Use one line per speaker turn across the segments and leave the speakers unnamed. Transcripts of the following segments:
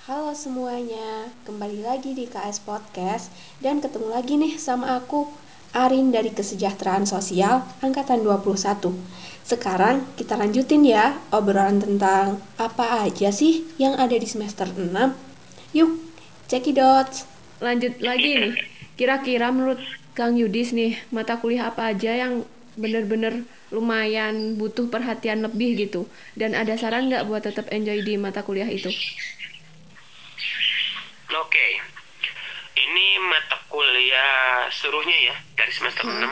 Halo semuanya, kembali lagi di KS Podcast dan ketemu lagi nih sama aku, Arin dari Kesejahteraan Sosial Angkatan 21. Sekarang kita lanjutin ya obrolan tentang apa aja sih yang ada di semester 6. Yuk, cekidot.
Lanjut lagi nih. Kira-kira menurut Kang Yudis nih, mata kuliah apa aja yang bener-bener lumayan butuh perhatian lebih gitu? Dan ada saran nggak buat tetap enjoy di mata kuliah itu?
Oke, ini mata kuliah seluruhnya ya dari semester
Heeh.
6.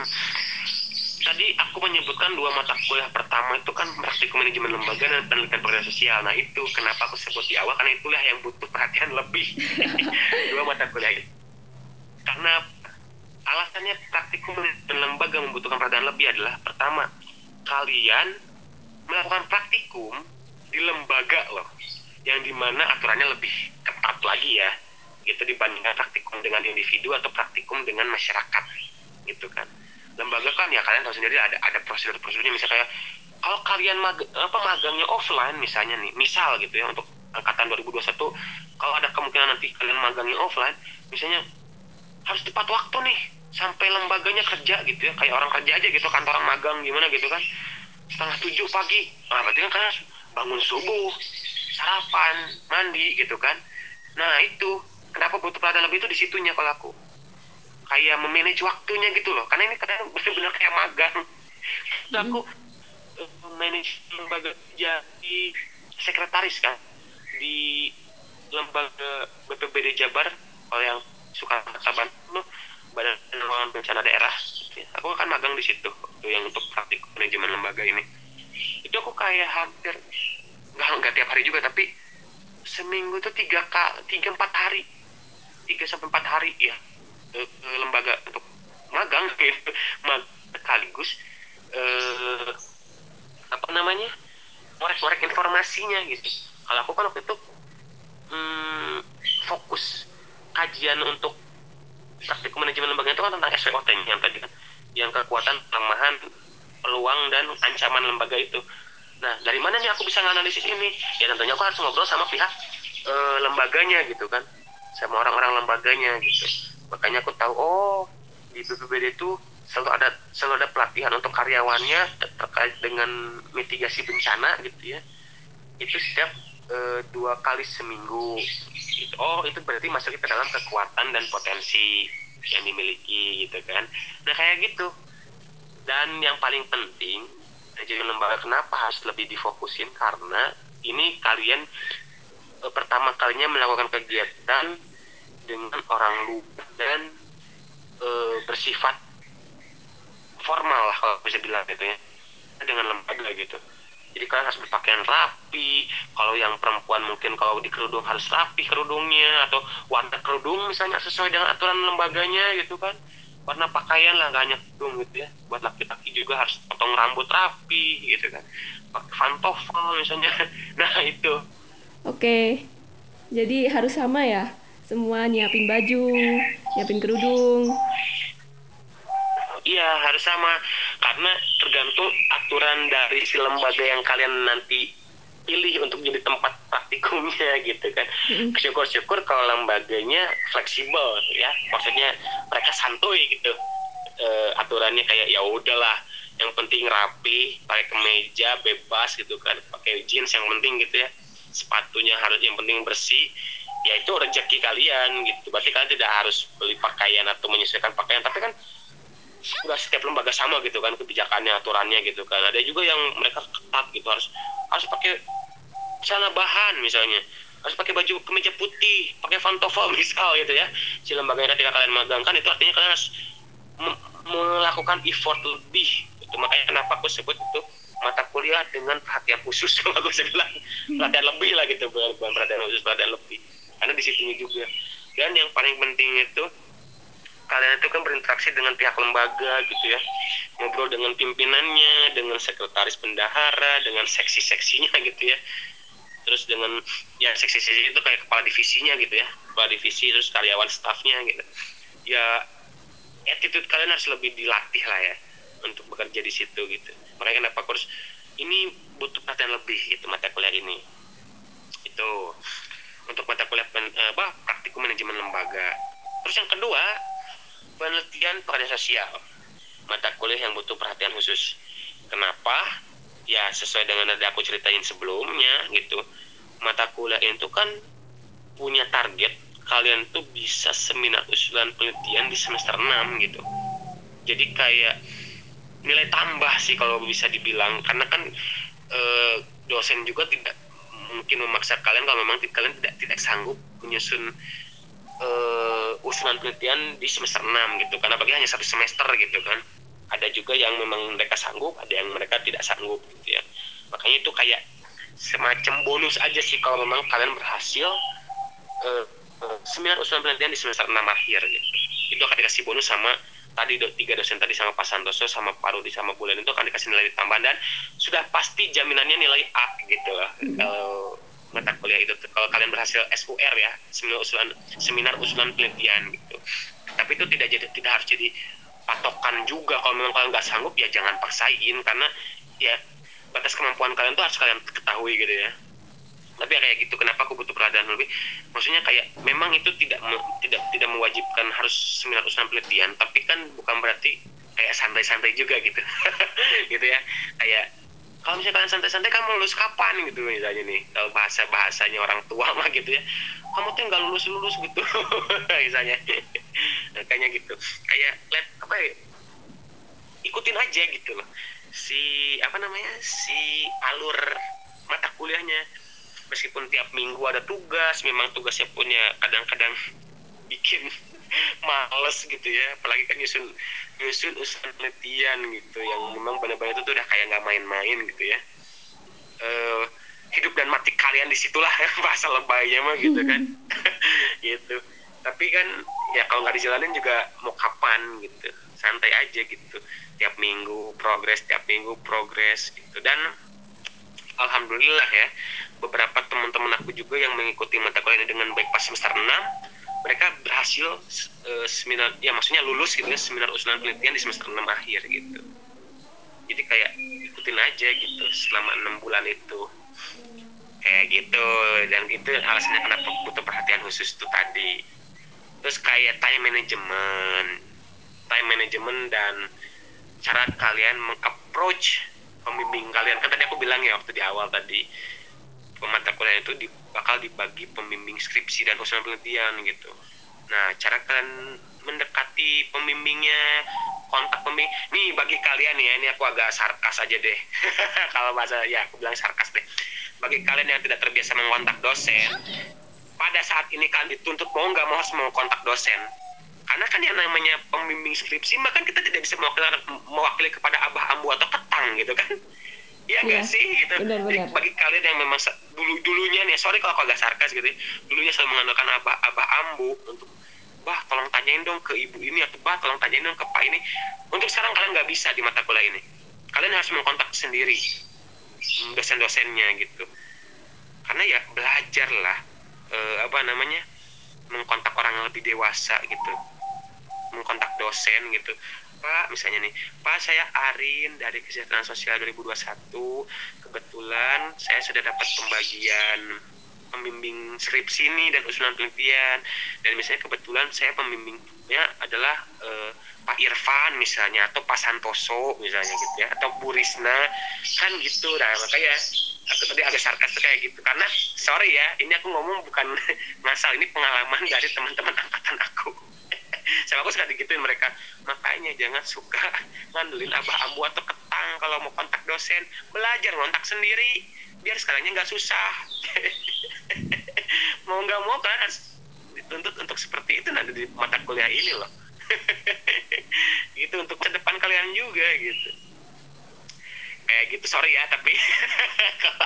Tadi aku menyebutkan dua mata kuliah pertama itu kan praktikum manajemen lembaga dan penelitian pekerjaan sosial. Nah itu kenapa aku sebut di awal karena itulah yang butuh perhatian lebih. Dua mata kuliah itu. Karena alasannya praktikum manajemen lembaga membutuhkan perhatian lebih adalah pertama, kalian melakukan praktikum di lembaga loh, yang dimana aturannya lebih ketat lagi ya gitu dibandingkan praktikum dengan individu atau praktikum dengan masyarakat gitu kan. Lembaga kan ya kalian tahu sendiri ada prosedur-prosedurnya, misalnya kayak kalau kalian magangnya offline misalnya nih, misal gitu ya, untuk angkatan 2021 kalau ada kemungkinan nanti kalian magangnya offline misalnya, harus tepat waktu nih sampai lembaganya kerja gitu ya, kayak orang kerja aja gitu, kantoran magang gimana gitu kan, 6:30 pagi. Nah berarti kan kalian harus bangun subuh, sarapan, mandi gitu kan. Nah itu kenapa butuh perhatian lebih itu di situnya kalau aku, kayak memanage waktunya gitu loh, karena ini kadang bener-bener kayak magang. Terus aku manage lembaga, jadi sekretaris kan di lembaga BPBD Jabar. Kalau yang suka bantu, Badan Penanggulangan Bencana Daerah, aku akan magang di situ waktu yang untuk praktik manajemen lembaga ini. Itu aku kayak hampir nggak tiap hari juga, tapi seminggu tuh 3 4 hari, 3 sampai 4 hari ya, lembaga untuk magang gitu, sekaligus eh, apa namanya, ngorek-ngorek informasinya gitu. Kalau aku kan waktu itu hmm, fokus kajian untuk praktikum manajemen lembaga itu kan tentang SWOT yang tadi kan, yang kekuatan, kelemahan, peluang dan ancaman lembaga itu. Nah dari mana nih aku bisa menganalisis ini? Ya tentunya aku harus ngobrol sama pihak lembaganya gitu kan, sama orang-orang lembaganya gitu. Makanya aku tahu, oh di BPBD itu selalu ada pelatihan untuk karyawannya terkait dengan mitigasi bencana gitu ya. Itu setiap 2 kali seminggu gitu. Oh itu berarti masuk ke dalam kekuatan dan potensi yang dimiliki gitu kan. Nah kayak gitu. Dan yang paling penting, manajemen lembaga kenapa harus lebih difokusin, karena ini kalian pertama kalinya melakukan kegiatan dengan orang luar dan bersifat formal lah kalau bisa bilang gitu ya, dengan lembaga gitu. Jadi kalian harus berpakaian rapi. Kalau yang perempuan mungkin kalau di kerudung harus rapi kerudungnya, atau warna kerudung misalnya sesuai dengan aturan lembaganya gitu kan. Warna pakaian lah, gak hanya kerudung gitu ya. Buat laki-laki juga harus potong rambut rapi gitu kan. Pakai pantofel misalnya. Nah itu.
Oke. Jadi harus sama ya. Semua nyiapin baju, nyiapin kerudung.
Iya harus sama, karena tergantung aturan dari si lembaga yang kalian nanti pilih untuk jadi tempat praktikumnya gitu kan.
Mm-mm.
Syukur-syukur kalau lembaganya fleksibel ya, maksudnya mereka santuy gitu. Aturannya kayak ya udahlah, yang penting rapi, pakai kemeja bebas gitu kan, pakai jeans yang penting gitu ya, sepatunya harus yang penting bersih. Ya itu rezeki kalian gitu, berarti kalian tidak harus beli pakaian atau menyesuaikan pakaian. Tapi kan nggak setiap lembaga sama gitu kan kebijakannya, aturannya gitu kan. Ada juga yang mereka ketat gitu, harus harus pakai celana bahan misalnya, harus pakai baju kemeja putih, pakai pantofel misal gitu ya. Si lembaganya ketika kalian magang kan, itu artinya kalian harus melakukan effort lebih gitu. Makanya kenapa aku sebut itu mata kuliah dengan perhatian khusus. Aku bilang perhatian lebih lah gitu, bukan perhatian khusus, perhatian lebih, karena di situnya juga. Dan yang paling penting itu, kalian itu kan berinteraksi dengan pihak lembaga gitu ya, ngobrol dengan pimpinannya, dengan sekretaris bendahara, dengan seksi-seksinya gitu ya, terus dengan ya seksi-seksi itu kayak kepala divisinya gitu ya, kepala divisi, terus karyawan stafnya gitu ya. Attitude kalian harus lebih dilatih lah ya untuk bekerja di situ gitu. Makanya kenapa kurs ini butuh perhatian lebih gitu, mata kuliah ini. Itu untuk mata kuliah praktikum manajemen lembaga. Terus yang kedua, penelitian pekerjaan sosial, mata kuliah yang butuh perhatian khusus. Kenapa? Ya sesuai dengan yang aku ceritain sebelumnya gitu. Mata kuliah itu kan punya target kalian tuh bisa seminar usulan penelitian di semester 6 gitu. Jadi kayak nilai tambah sih kalau bisa dibilang, karena kan dosen juga tidak mungkin memaksa kalian kalau memang kalian tidak sanggup menyusun usulan penelitian di semester 6 gitu, karena bagi hanya 1 semester gitu kan. Ada juga yang memang mereka sanggup, ada yang mereka tidak sanggup gitu ya. Makanya itu kayak semacam bonus aja sih kalau memang kalian berhasil seminar usulan penelitian di semester 6 akhir gitu. Itu akan dikasih bonus sama tadi 3 dosen tadi, sama Pak Santoso, sama Pak Rudi, sama Bulan, itu akan dikasih nilai tambahan dan sudah pasti jaminannya nilai A gitu loh. Kalau mata kuliah itu kalau kalian berhasil SUR ya, seminar usulan penelitian gitu. Tapi itu tidak harus jadi patokan juga. Kalau memang kalian nggak sanggup ya jangan paksain, karena ya batas kemampuan kalian tuh harus kalian ketahui gitu ya. Tapi ya kayak gitu, kenapa aku butuh perhatian lebih, maksudnya kayak memang itu tidak mewajibkan harus seminar usulan penelitian, tapi kan bukan berarti kayak santai-santai juga gitu. Gitu ya, kayak kalau misalnya kalian santai-santai, kamu lulus kapan gitu misalnya nih, kalau bahasanya orang tua mah gitu ya, kamu tuh nggak lulus gitu. Misalnya kayaknya gitu, kayak apa ya, ikutin aja gitu loh si alur mata kuliahnya. Meskipun tiap minggu ada tugas, memang tugasnya punya kadang-kadang bikin males gitu ya, apalagi kan nyusun usulan penelitian gitu yang memang benar-benar itu tuh udah kayak nggak main-main gitu ya. Hidup dan mati kalian disitulah bahasa lebaynya mah gitu kan. Gitu. Tapi kan ya kalau nggak dijalanin juga mau kapan gitu, santai aja gitu, tiap minggu progres gitu. Dan alhamdulillah ya, beberapa teman-teman aku juga yang mengikuti mata kuliah ini dengan baik pas semester 6, mereka berhasil seminar, ya maksudnya lulus gitu ya, seminar usulan penelitian di semester 6 akhir gitu. Jadi kayak ikutin aja gitu selama 6 bulan itu. Kayak gitu, dan itu alasannya kenapa butuh perhatian khusus itu tadi. Terus kayak time management dan cara kalian mengapproach pembimbing kalian. Kan tadi aku bilang ya waktu di awal tadi, mata kuliah itu bakal dibagi pembimbing skripsi dan usulan penelitian gitu. Nah, cara kalian mendekati pembimbingnya, kontak pembimbing. Nih bagi kalian ya, ini aku agak sarkas aja deh. Kalau bahasa ya aku bilang sarkas deh. Bagi kalian yang tidak terbiasa mengontak dosen, pada saat ini kalian dituntut mau nggak mau harus mengontak dosen. Karena kan yang namanya pembimbing skripsi, maka kita tidak bisa mewakili kepada abah ambu atau ketang gitu kan. Iya nggak sih gitu.
Benar-benar.
Bagi kalian yang memang dulunya nih, sorry kalau aku agak sarkas gitu, dulunya selalu mengandalkan abah ambu untuk, bah tolong tanyain dong ke ibu ini, atau bah tolong tanyain dong ke pak ini. Untuk sekarang kalian nggak bisa di mata kuliah ini. Kalian harus mengkontak sendiri dosen-dosennya gitu. Karena ya belajarlah mengkontak orang yang lebih dewasa gitu, mengkontak dosen gitu. Pak, misalnya nih, Pak saya Arin dari Kesejahteraan Sosial 2021, kebetulan saya sudah dapat pembagian pembimbing skripsi nih dan usulan penelitian, dan misalnya kebetulan saya pembimbingnya adalah Pak Irfan misalnya, atau Pak Santoso misalnya gitu ya, atau Bu Risna kan gitu. Nah makanya aku tadi agak sarkas tuh kayak gitu, karena sorry ya, ini aku ngomong bukan ngasal, ini pengalaman dari teman-teman angkatan aku. Sama aku suka digituin mereka, makanya jangan suka ngandelin abah ambu atau ketang kalau mau kontak dosen. Belajar ngontak sendiri biar sekarangnya nggak susah. Mau nggak mau kan harus dituntut untuk seperti itu nanti di mata kuliah ini loh. Gitu untuk ke depan kalian juga gitu. Kayak gitu, sorry ya, tapi kalau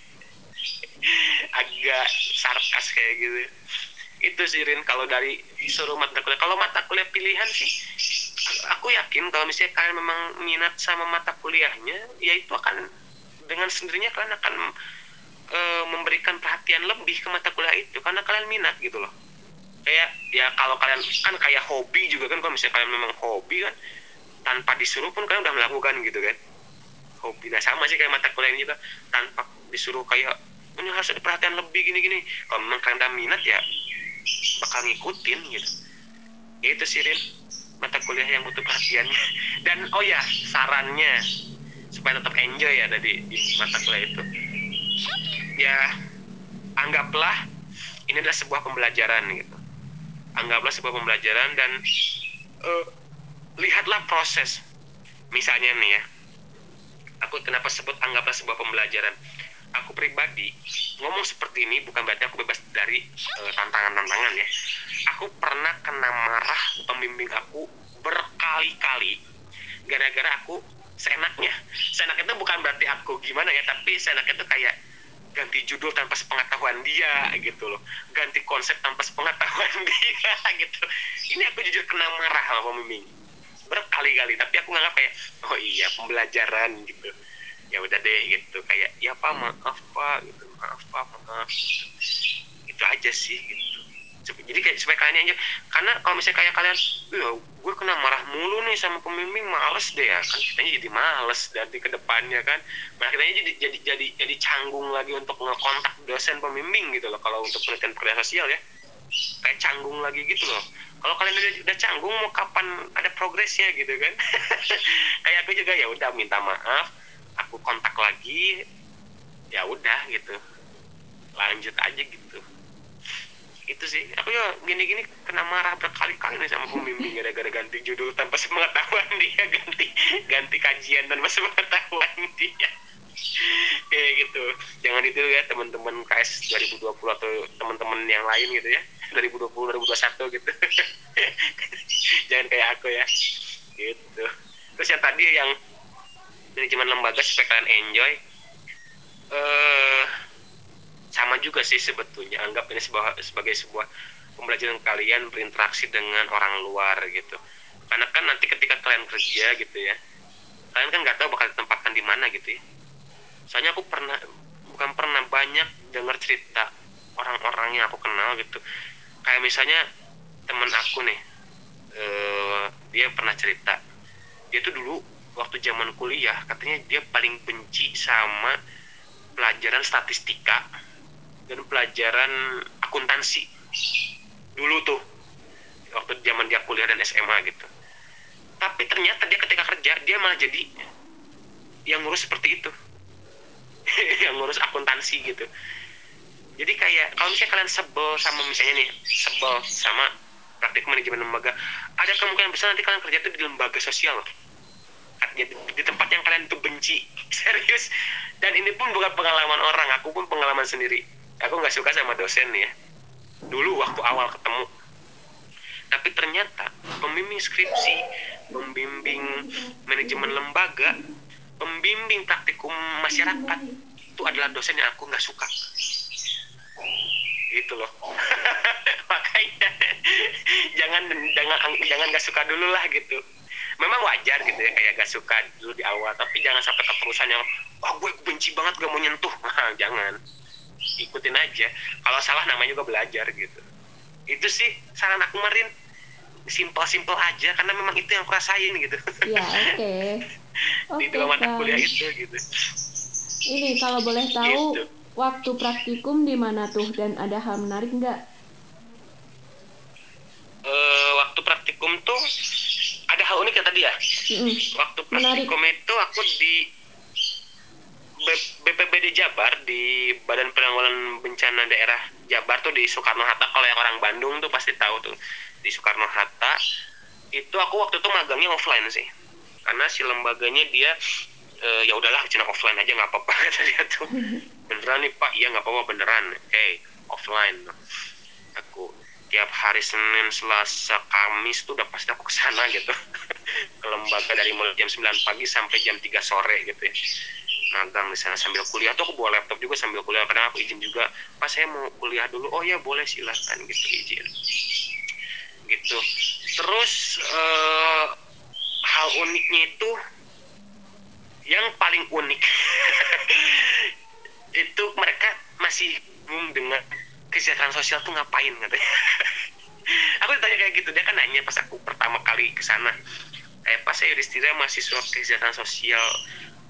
agak sarkas kayak gitu. Itu sih Rin, kalau dari suruh mata kuliah. Kalau mata kuliah pilihan sih, aku yakin kalau misalnya kalian memang minat sama mata kuliahnya, ya itu akan dengan sendirinya kalian akan memberikan perhatian lebih ke mata kuliah itu karena kalian minat gitu loh. Kayak ya kalau kalian kan kayak hobi juga kan, kalau misalnya kalian memang hobi kan, tanpa disuruh pun kalian udah melakukan gitu kan, hobi. Nah sama sih kayak mata kuliah ini juga, tanpa disuruh kayak ini harus ada perhatian lebih gini-gini, kalau memang kalian udah minat ya bakal ngikutin gitu. Ya itu sih Rin, mata kuliah yang butuh perhatian. Dan oh ya, sarannya supaya tetap enjoy ya di mata kuliah itu, ya anggaplah ini adalah sebuah pembelajaran gitu. Anggaplah sebuah pembelajaran dan eh, lihatlah proses. Misalnya nih ya, aku kenapa sebut anggaplah sebuah pembelajaran. Aku pribadi ngomong seperti ini bukan berarti aku bebas dari tantangan-tantangan ya. Aku pernah kena marah pembimbing aku berkali-kali gara-gara aku seenaknya. Seenaknya itu bukan berarti aku gimana ya, tapi seenaknya itu kayak ganti judul tanpa sepengetahuan dia gitu loh, ganti konsep tanpa sepengetahuan dia gitu. Ini aku jujur kena marah sama pembimbing berkali-kali, tapi aku nganggap kayak oh iya pembelajaran gitu, ya udah deh gitu, kayak ya pak maaf pak gitu, maaf pak maaf gitu. Itu aja sih gitu. Jadi kayak supaya kalian aja, karena kalau misalnya kayak kalian ya gue kena marah mulu nih sama pembimbing, males deh ya kan, kitanya jadi males dari kedepannya kan, malah kitanya jadi canggung lagi untuk ngekontak dosen pembimbing gitu loh. Kalau untuk penelitian pekerjaan sosial ya kayak canggung lagi gitu loh. Kalau kalian udah canggung mau kapan ada progresnya gitu kan. Kayak aku juga ya udah minta maaf, aku kontak lagi, ya udah gitu, lanjut aja gitu. Itu sih aku ya gini-gini kena marah berkali-kali nih sama pembimbing gara-gara ganti judul tanpa sepengetahuan dia, ganti kajian tanpa sepengetahuan dia. Kayak gitu. Jangan itu ya teman-teman KS 2020 atau teman-teman yang lain gitu ya, 2020 2021 gitu. Jangan kayak aku ya gitu. Terus yang tadi yang manajemen lembaga supaya kalian enjoy, eh sama juga sih sebetulnya, anggap ini sebagai sebuah pembelajaran kalian berinteraksi dengan orang luar gitu. Karena kan nanti ketika kalian kerja gitu ya, kalian kan nggak tahu bakal ditempatkan di mana gitu ya. Soalnya aku banyak dengar cerita orang-orang yang aku kenal gitu. Kayak misalnya temen aku nih, dia pernah cerita, dia tuh dulu waktu zaman kuliah katanya dia paling benci sama pelajaran statistika dan pelajaran akuntansi dulu tuh waktu zaman dia kuliah dan SMA gitu. Tapi ternyata dia ketika kerja dia malah jadi yang ngurus seperti itu. Yang ngurus akuntansi gitu. Jadi kayak kalau misalnya kalian sebel sama praktik manajemen lembaga, ada kemungkinan besar nanti kalian kerja tuh di lembaga sosial loh. Di tempat yang kalian tuh benci. Serius. Dan ini pun bukan pengalaman orang, aku pun pengalaman sendiri. Aku nggak suka sama dosen ya dulu waktu awal ketemu. Tapi ternyata pembimbing skripsi, pembimbing manajemen lembaga, pembimbing praktikum masyarakat itu adalah dosen yang aku nggak suka. Gitu loh. Makanya jangan nggak suka dulu lah gitu. Memang wajar gitu ya kayak gak suka dulu di awal, tapi jangan sampai keterusan yang gue benci banget gak mau nyentuh. Nah, jangan, ikutin aja. Kalau salah namanya juga belajar gitu. Itu sih saran aku Marin, simpel-simpel aja karena memang itu yang aku rasain gitu.
Ya, oke.
Di
Oke,
dua mata
Kang.
kuliah itu gitu.
Ini kalau boleh tahu
Gitu.
waktu praktikum di mana tuh dan ada hal menarik nggak?
Waktu praktikum tuh ada hal unik ya tadi ya. Waktu
Menarik.
praktikum itu aku di BPBD Jabar, di Badan Penanggulangan Bencana Daerah Jabar tuh di Soekarno Hatta. Kalau yang orang Bandung tuh pasti tahu tuh di Soekarno Hatta. Itu aku waktu itu magangnya offline sih, karena si lembaganya dia ya udahlah cina offline aja nggak apa-apa kata dia tuh. Beneran nih pak? Iya nggak apa-apa beneran. Oke, offline. Aku tiap hari Senin, Selasa, Kamis tuh udah pasti aku kesana gitu. Ke lembaga dari mulai jam 9 pagi sampai jam 3 sore gitu ya. Magang di sana sambil kuliah tuh, aku bawa laptop juga sambil kuliah. Kadang aku izin juga, Pak saya mau kuliah dulu. Oh ya boleh silahkan gitu, izin gitu. Terus hal uniknya itu, yang paling unik itu mereka masih bingung dengan kesejahteraan sosial tuh ngapain katanya. Aku ditanya kayak gitu, dia kan nanya pas aku pertama kali kesana, pas saya Yudhistira mahasiswa kesejahteraan sosial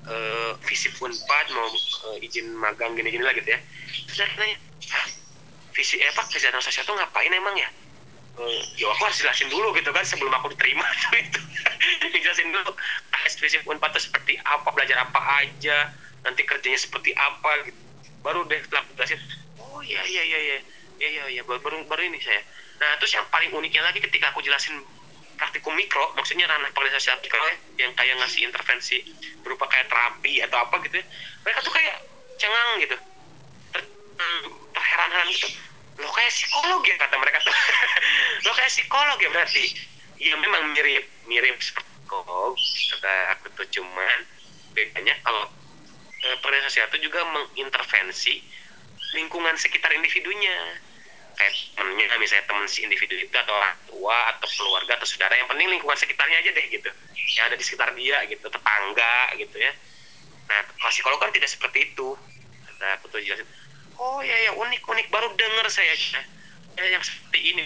visip Unpad mau izin magang gini-gini lah gitu ya. Terus saya tanya, kesejahteraan sosial tuh ngapain emang ya? Ya aku harus jelasin dulu gitu kan sebelum aku diterima itu. Dijelasin dulu visi Unpad itu seperti apa, belajar apa aja, nanti kerjanya seperti apa gitu. Baru deh setelah aku jelasin, oh iya, baru ini saya. Nah terus yang paling uniknya lagi ketika aku jelasin praktikum mikro, maksudnya ranah pengalihan sosial mikro ya, yang kayak ngasih intervensi berupa kayak terapi atau apa gitu ya, mereka tuh kayak cengang gitu, terheran-heran gitu. Lo kayak psikolog ya kata mereka tuh. Lo kayak psikolog ya berarti. Ya memang mirip seperti psikolog kata aku tuh, cuman bedanya kalau pengalihan sosial itu juga mengintervensi lingkungan sekitar individunya, kayak temennya, misalnya temen si individu itu atau orang tua atau keluarga atau saudara, yang penting lingkungan sekitarnya aja deh gitu, yang ada di sekitar dia gitu, tetangga gitu ya. Nah kalau psikolog kan tidak seperti itu. Nah aku tuh jelasin, oh ya unik baru denger saya ya, yang seperti ini.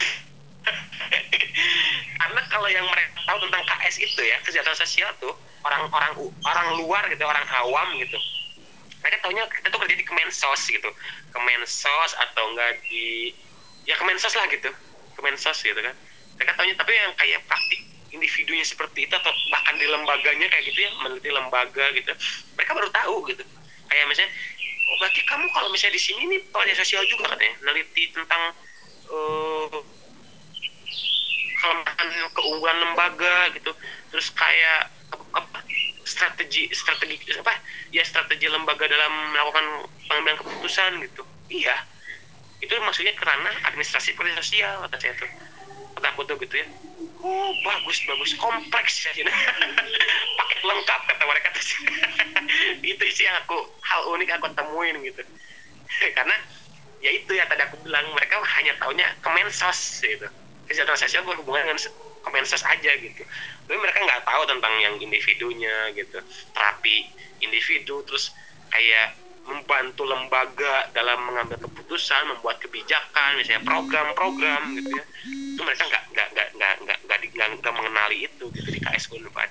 Karena kalau yang mereka tahu tentang KS itu ya, kesejahteraan sosial tuh orang luar gitu, orang awam gitu, mereka taunya kita tuh kerja di Kemensos gitu, Kemensos atau enggak di, ya Kemensos lah gitu, Kemensos gitu kan. Mereka taunya, tapi yang kayak praktik individunya seperti itu atau bahkan di lembaganya kayak gitu ya, meneliti lembaga gitu, mereka baru tahu gitu. Kayak misalnya, oh berarti kamu kalau misalnya di sini nih pekerja sosial juga katanya, neliti tentang uh, kelemahan keunggulan lembaga gitu, terus kayak apa, strategi apa ya, strategi lembaga dalam melakukan pengambilan keputusan gitu. Iya, itu maksudnya karena administrasi pekerjaan sosial kata saya tuh, kata aku tuh gitu ya. Oh bagus kompleks ya. Paket lengkap kata mereka tuh. Itu sih yang hal unik aku temuin gitu. Karena ya itu ya tadi aku bilang, mereka hanya taunya Kemensos gitu, kesejahteraan sosial berhubungan dengan Kemensos aja gitu, tapi mereka nggak tahu tentang yang individunya gitu, terapi individu, terus kayak membantu lembaga dalam mengambil keputusan, membuat kebijakan, misalnya program-program gitu ya, itu mereka nggak mengenali itu gitu di KS Unpad.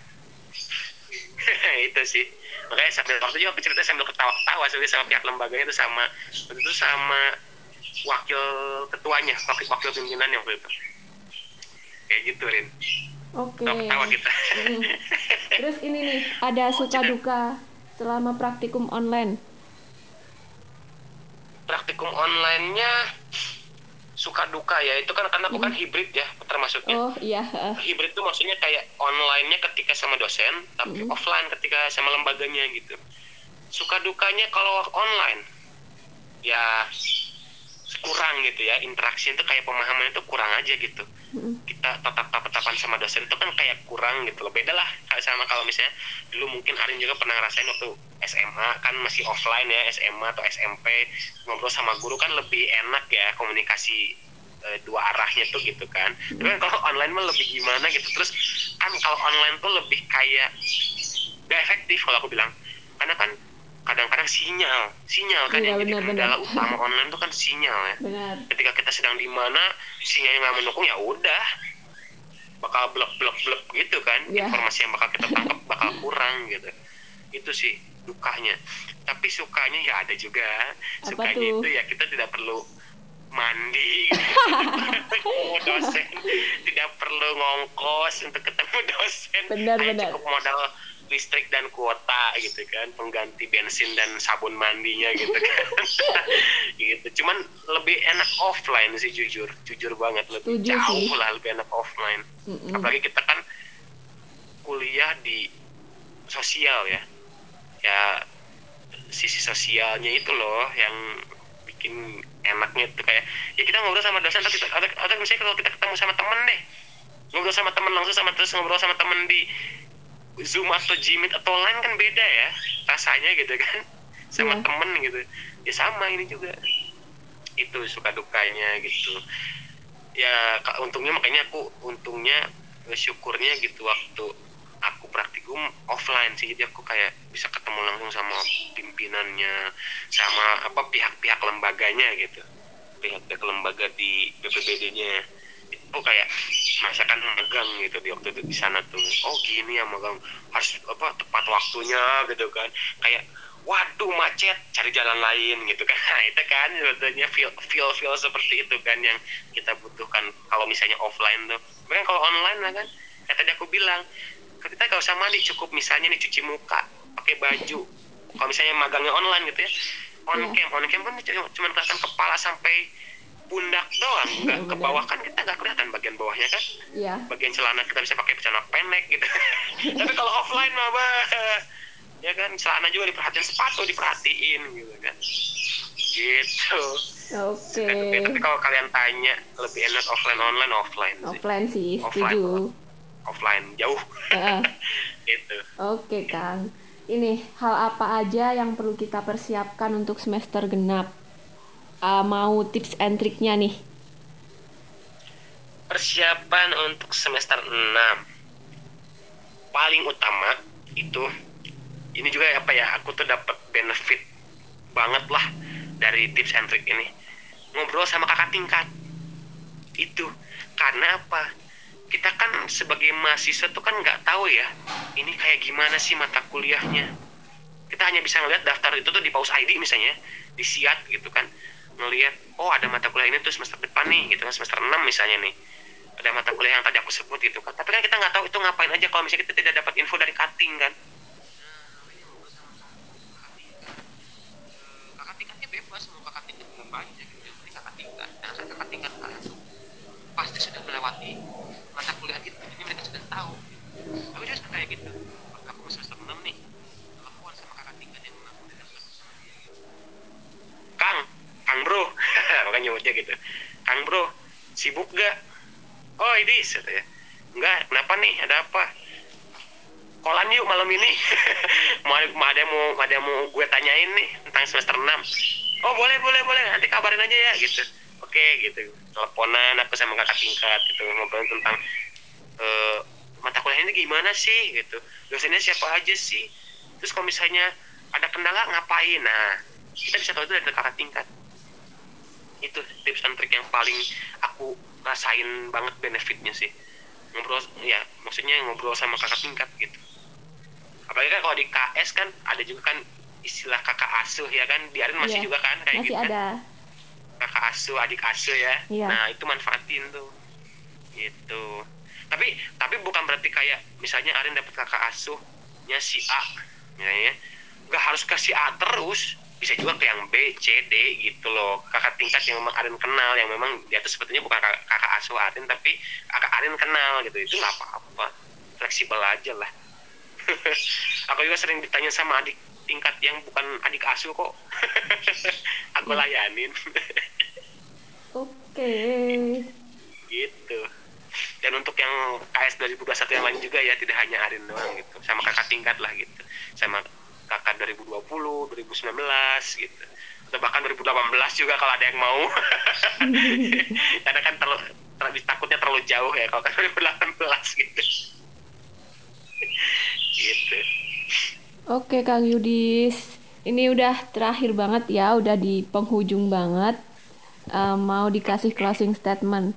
Itu sih, makanya sambil waktu juga aku cerita sambil ketawa-ketawa sebenarnya sama pihak lembaganya itu, sama itu sama wakil ketuanya, wakil pimpinannya waktu itu, kayak gitu Rin.
Oke.
Ketawa kita.
Terus ini nih, ada suka duka selama praktikum online.
Praktikum online-nya suka duka ya, itu kan karena aku kan hibrid ya termasuknya.
Oh iya.
Hibrid itu maksudnya kayak online-nya ketika sama dosen, tapi offline ketika sama lembaganya gitu. Suka dukanya kalau online ya kurang gitu ya, interaksi itu kayak pemahaman itu kurang aja gitu. Kita tatap-tatapan sama dosen itu kan kayak kurang gitu loh. Beda lah sama kalau misalnya dulu mungkin Arin juga pernah ngerasain waktu SMA kan masih offline ya, SMA atau SMP ngobrol sama guru kan lebih enak ya, komunikasi dua arahnya tuh gitu kan. Tapi kan kalau online mah lebih gimana gitu. Terus kan kalau online tuh lebih kayak gak efektif kalau aku bilang, karena kan kadang-kadang sinyal kan
Iya,
yang jadi
benar-benar.
kendala utama online tuh kan sinyal ya.
Benar.
Ketika kita sedang di mana sinyalnya nggak mendukung, ya udah bakal blok gitu kan,
Ya.
informasi yang bakal kita tangkap bakal kurang gitu. Itu sih dukanya. Tapi sukanya ya ada juga.
Apa
Sukanya
tuh?
itu ya kita tidak perlu mandi gitu. Ketemu dosen, tidak perlu ngongkos untuk ketemu dosen, hanya
Benar-benar.
cukup modal listrik dan kuota gitu kan, pengganti bensin dan sabun mandinya gitu kan. Gitu, cuman lebih enak offline sih, jujur banget, lebih
Setuju sih.
jauh lah lebih enak offline. Apalagi kita kan kuliah di sosial ya, ya sisi sosialnya itu loh yang bikin enaknya itu kayak ya kita ngobrol sama dosen, atau misalnya kalau kita ketemu sama temen deh, ngobrol sama temen langsung, sama terus ngobrol sama temen di Zoom atau Gmeet atau lain kan beda ya rasanya gitu kan, sama
Iya.
temen gitu. Ya sama ini juga, itu suka dukanya gitu ya. Untungnya, makanya aku untungnya syukurnya gitu, waktu aku praktikum offline sih, jadi aku kayak bisa ketemu langsung sama pimpinannya, sama apa pihak-pihak lembaganya gitu, pihak-pihak lembaga di BPBD-nya. Itu kayak masakan magang gitu di waktu itu di sana tuh, oh gini ya magang harus apa tepat waktunya gitu kan, kayak waduh macet, cari jalan lain gitu kan. Nah itu kan sebetulnya feel seperti itu kan yang kita butuhkan kalau misalnya offline tuh. Bahkan kalau online lah kan, ya tadi aku bilang kita gak usah mandi, cukup misalnya nih cuci muka pakai baju. Kalau misalnya magangnya online gitu ya, on
Iya.
cam kan cuma kelihatan kepala sampai pundak doang, nggak ke
Benar.
bawah kan kita nggak kelihatan bagian bawahnya kan,
Iya.
bagian celana kita bisa pakai celana pendek gitu. Tapi kalau offline mah ya kan celana juga diperhatiin, sepatu diperhatiin gitu kan, gitu.
Oke.
Tapi kalau kalian tanya lebih enak offline offline sih,
Offline sih,
offline
setuju.
jauh.
Heeh.
Gitu.
Oke, Kang. Ini hal apa aja yang perlu kita persiapkan untuk semester genap? Mau tips and triknya nih.
Persiapan untuk semester 6 paling utama itu, ini juga apa ya, aku tuh dapat benefit banget lah dari tips and trick ini, ngobrol sama kakak tingkat itu. Karena apa, kita kan sebagai mahasiswa tuh kan nggak tahu ya ini kayak gimana sih mata kuliahnya. Kita hanya bisa ngeliat daftar itu tuh di Paus ID misalnya, di Siat gitu kan, ngelihat oh ada mata kuliah ini tuh semester depan nih gitu kan, semester 6 misalnya nih ada mata kuliah yang tadi aku sebut gitu kan, tapi kan kita nggak tahu itu ngapain aja kalau misalnya kita tidak dapat info dari cutting kan. Kakak tingkatnya bebas, mau kakak tingkat berapa aja gitu, yang penting kakak tingkat, karena kan kakak tingkat kalian tuh pasti sudah melewati mata kuliah itu, jadi mereka sudah tahu. Aku juga suka kayak gitu, waktu aku semester 6 nih, telepon sama kakak tingkat yang aku udah deket sama dia gitu. Kang, Kang bro, makanya nyebutnya gitu, Kang bro, sibuk gak? Oh ini, ya. Enggak, kenapa nih, ada apa? Kolan yuk malam ini. Mau gue tanyain nih tentang semester 6. Oh boleh, nanti kabarin aja ya gitu. Oke gitu, teleponan aku sama kakak tingkat gitu, ngobrolin tentang eh, mata kuliah ini gimana sih gitu, dosennya siapa aja sih, terus kalau misalnya ada kendala ngapain. Nah kita bisa tahu itu dari kakak tingkat. Itu tips and trick yang paling aku rasain banget benefitnya sih, ngobrol ya, maksudnya ngobrol sama kakak tingkat gitu. Apalagi kan kalau di KS kan ada juga kan istilah kakak asuh ya kan, di Arin masih
Iya,
juga kan kayak
masih
gitu kan,
ada.
kakak asuh adik asuh ya.
Iya.
Nah itu manfaatin tuh gitu. Tapi bukan berarti kayak misalnya Arin dapat kakak asuhnya si A misalnya, nggak harus ke si A terus, bisa juga ke yang B C D gitu loh, kakak tingkat yang memang Arin kenal, yang memang dia tuh sebetulnya bukan kakak asuh Arin tapi kakak Arin kenal gitu, itu nggak apa-apa, fleksibel aja lah. Aku juga sering ditanya sama adik tingkat yang bukan adik asuh kok. Aku
Iya.
layanin.
Oke.
Gitu. Dan untuk yang KS 2021 yang lain juga ya, tidak hanya Arin doang gitu, sama kakak tingkat lah gitu, sama kakak 2020 2019 gitu, atau bahkan 2018 juga kalau ada yang mau. Karena kan takutnya terlalu jauh ya kalau kan 2018 gitu. Gitu.
Oke, Kang Yudis. Ini udah terakhir banget ya, udah di penghujung banget. Mau dikasih closing statement.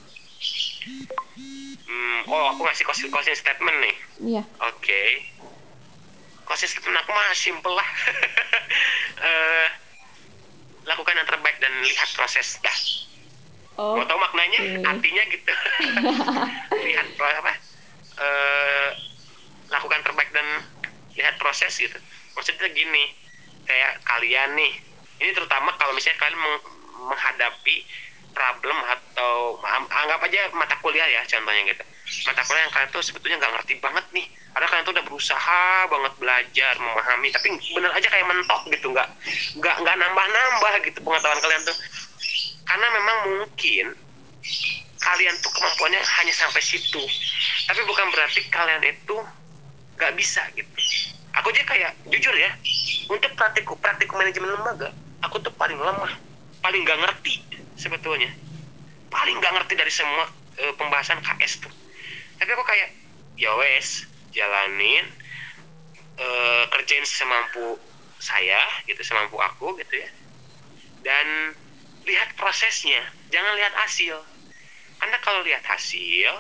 Oh aku ngasih closing statement nih.
Iya.
Oke. Closing statement aku mah simple lah. Eh, lakukan yang terbaik dan lihat proses dah. Mau tahu maknanya,
Oke.
artinya gitu. Lihat apa, eh, lakukan terbaik dan lihat proses gitu. Maksudnya gini, kayak kalian nih, ini terutama kalau misalnya kalian menghadapi problem atau anggap aja mata kuliah ya contohnya gitu, mata kuliah yang kalian tuh sebetulnya nggak ngerti banget nih, karena kalian tuh udah berusaha banget belajar memahami tapi bener aja kayak mentok gitu, nggak nambah gitu pengetahuan kalian tuh, karena memang mungkin kalian tuh kemampuannya hanya sampai situ, tapi bukan berarti kalian itu nggak bisa gitu. Aku aja kayak jujur ya, untuk praktikum manajemen lembaga aku tuh paling lemah, paling nggak ngerti sebetulnya, paling nggak ngerti dari semua pembahasan KS tuh. Tapi aku kayak ya wes jalanin, kerjain semampu saya gitu, semampu aku gitu ya, dan lihat prosesnya, jangan lihat hasil. Karena kalau lihat hasil,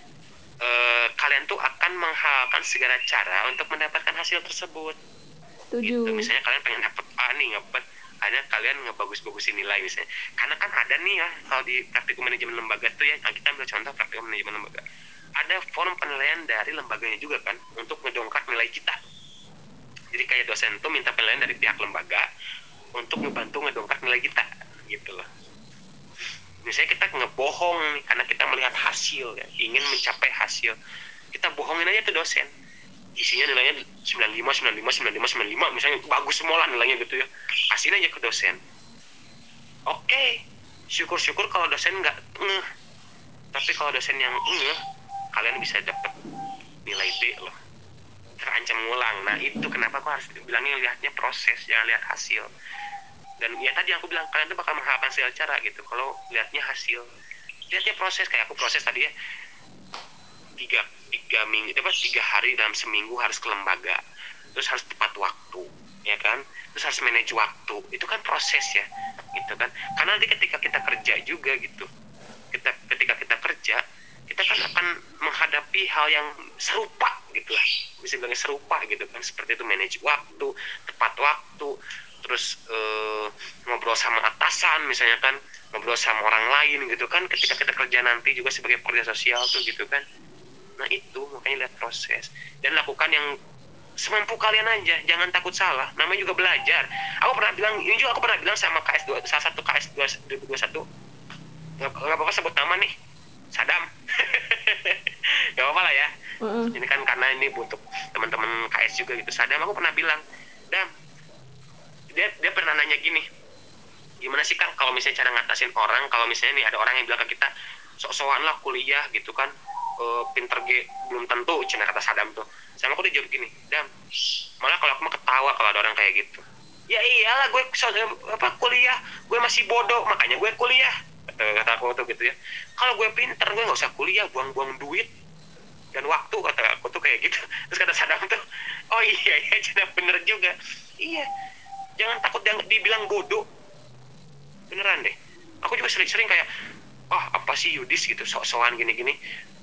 kalian tuh akan menghalalkan segala cara untuk mendapatkan hasil tersebut.
Setuju.
gitu. Misalnya kalian pengen dapet A nih, ngepet, ada kalian ngebagus-bagusin nilai misalnya. Karena kan ada nih ya, kalau di praktikum manajemen lembaga tuh ya, kita ambil contoh praktikum manajemen lembaga, ada form penilaian dari lembaganya juga kan, untuk ngedongkrak nilai kita. Jadi kayak dosen tuh minta penilaian dari pihak lembaga untuk ngebantu ngedongkrak nilai kita gitu loh. Misalnya kita ngebohong nih karena kita melihat hasil ya, ingin mencapai hasil, kita bohongin aja tuh dosen, isinya nilainya 95, 95, 95, 95 misalnya, bagus semua lah nilainya gitu ya, kasihin aja ke dosen. Oke, syukur-syukur kalau dosen nggak ngeh. Tapi kalau dosen yang ngeh, kalian bisa dapet nilai D loh, terancam ngulang. Nah itu kenapa aku harus bilangnya lihatnya proses, jangan lihat hasil. Dan ya tadi aku bilang, kalian tuh bakal mengharapkan segala cara gitu kalau lihatnya hasil. Lihatnya proses, kayak aku proses tadi ya, tiga minggu, 3 hari dalam seminggu harus ke lembaga, terus harus tepat waktu, ya kan, terus harus manage waktu, itu kan proses ya, gitu kan. Karena nanti ketika kita kerja juga gitu, ketika kita kerja, kita kan akan menghadapi hal yang serupa gitu lah, bisa bilangnya serupa gitu kan, seperti itu, manage waktu, tepat waktu, terus ngobrol sama atasan misalnya kan, ngobrol sama orang lain gitu kan, ketika kita kerja nanti juga sebagai pekerja sosial tuh gitu kan. Nah itu makanya lihat proses dan lakukan yang semampu kalian aja, jangan takut salah, namanya juga belajar. Aku pernah bilang, ini juga aku pernah bilang sama KS2, salah satu KS2 2021, nggak apa-apa sebut nama nih, Sadam. Nggak apa-apa lah ya, ini kan karena ini untuk teman-teman KS juga gitu. Sadam, aku pernah bilang, Dam, dia pernah nanya gini, gimana sih Kang kalau misalnya cara ngatasin orang, kalau misalnya nih ada orang yang bilang ke kita, sok-sokan lah kuliah gitu kan, pinter belum tentu, cina kata Sadam tuh. Sama aku dijawab gini, Dam, malah kalau aku mah ketawa kalau ada orang kayak gitu. Ya iyalah, gue kuliah, gue masih bodoh makanya gue kuliah, kata aku tuh gitu ya. Kalau gue pinter, gue nggak usah kuliah, buang-buang duit dan waktu, kata aku tuh kayak gitu. Terus kata Sadam tuh, oh iya iya, cina bener juga. Iya, jangan takut dibilang bodoh, beneran deh. Aku juga sering-sering kayak, oh apa sih Yudis gitu, sok-sokan gini-gini,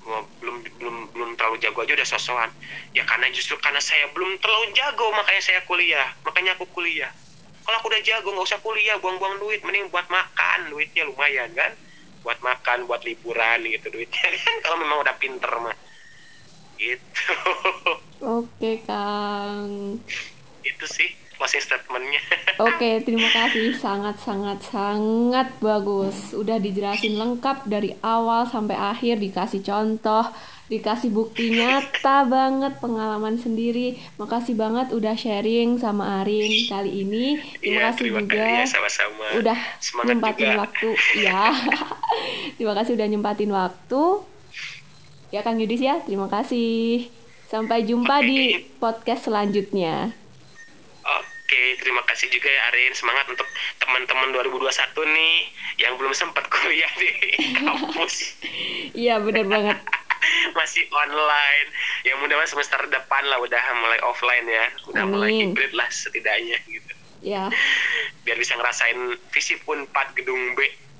belum terlalu jago aja udah sok-sokan. Ya karena justru karena saya belum terlalu jago makanya saya kuliah, makanya aku kuliah. Kalau aku udah jago nggak usah kuliah, buang-buang duit, mending buat makan, duitnya lumayan kan, buat makan, buat liburan gitu duitnya kan, kalau memang udah pinter mah gitu.
Oke, Kang.
Itu sih closing statementnya.
Oke, terima kasih. Sangat, sangat, sangat bagus. Udah dijelasin lengkap dari awal sampai akhir, dikasih contoh, dikasih bukti nyata banget, pengalaman sendiri. Makasih banget udah sharing sama Arin kali ini. Terima
Iya,
kasih
terima kasih ya,
juga
sama-sama,
udah
semangat
nyempatin
juga.
waktu. Ya, terima kasih udah nyempatin waktu. Ya, Kang Yudis ya, terima kasih. Sampai jumpa
Oke.
di podcast selanjutnya.
Oke, terima kasih juga ya Arin. Semangat untuk teman-teman 2021 nih yang belum sempat kuliah di kampus.
Iya, bener banget.
Masih online. Ya mudah-mudahan semester depan lah udah mulai offline ya. Udah mulai
Amin.
hybrid lah setidaknya gitu.
Ya.
Biar bisa ngerasain Visip Unpad gedung B.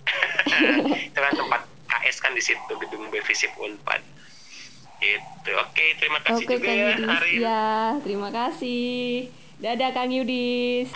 Itu kan tempat KS kan di situ, gedung B Visip Unpad. Gitu. Oke, terima kasih
Oke,
juga
Kang
ya
Yudis.
Arin.
Ya, terima kasih. Dadah, Kang Yudis.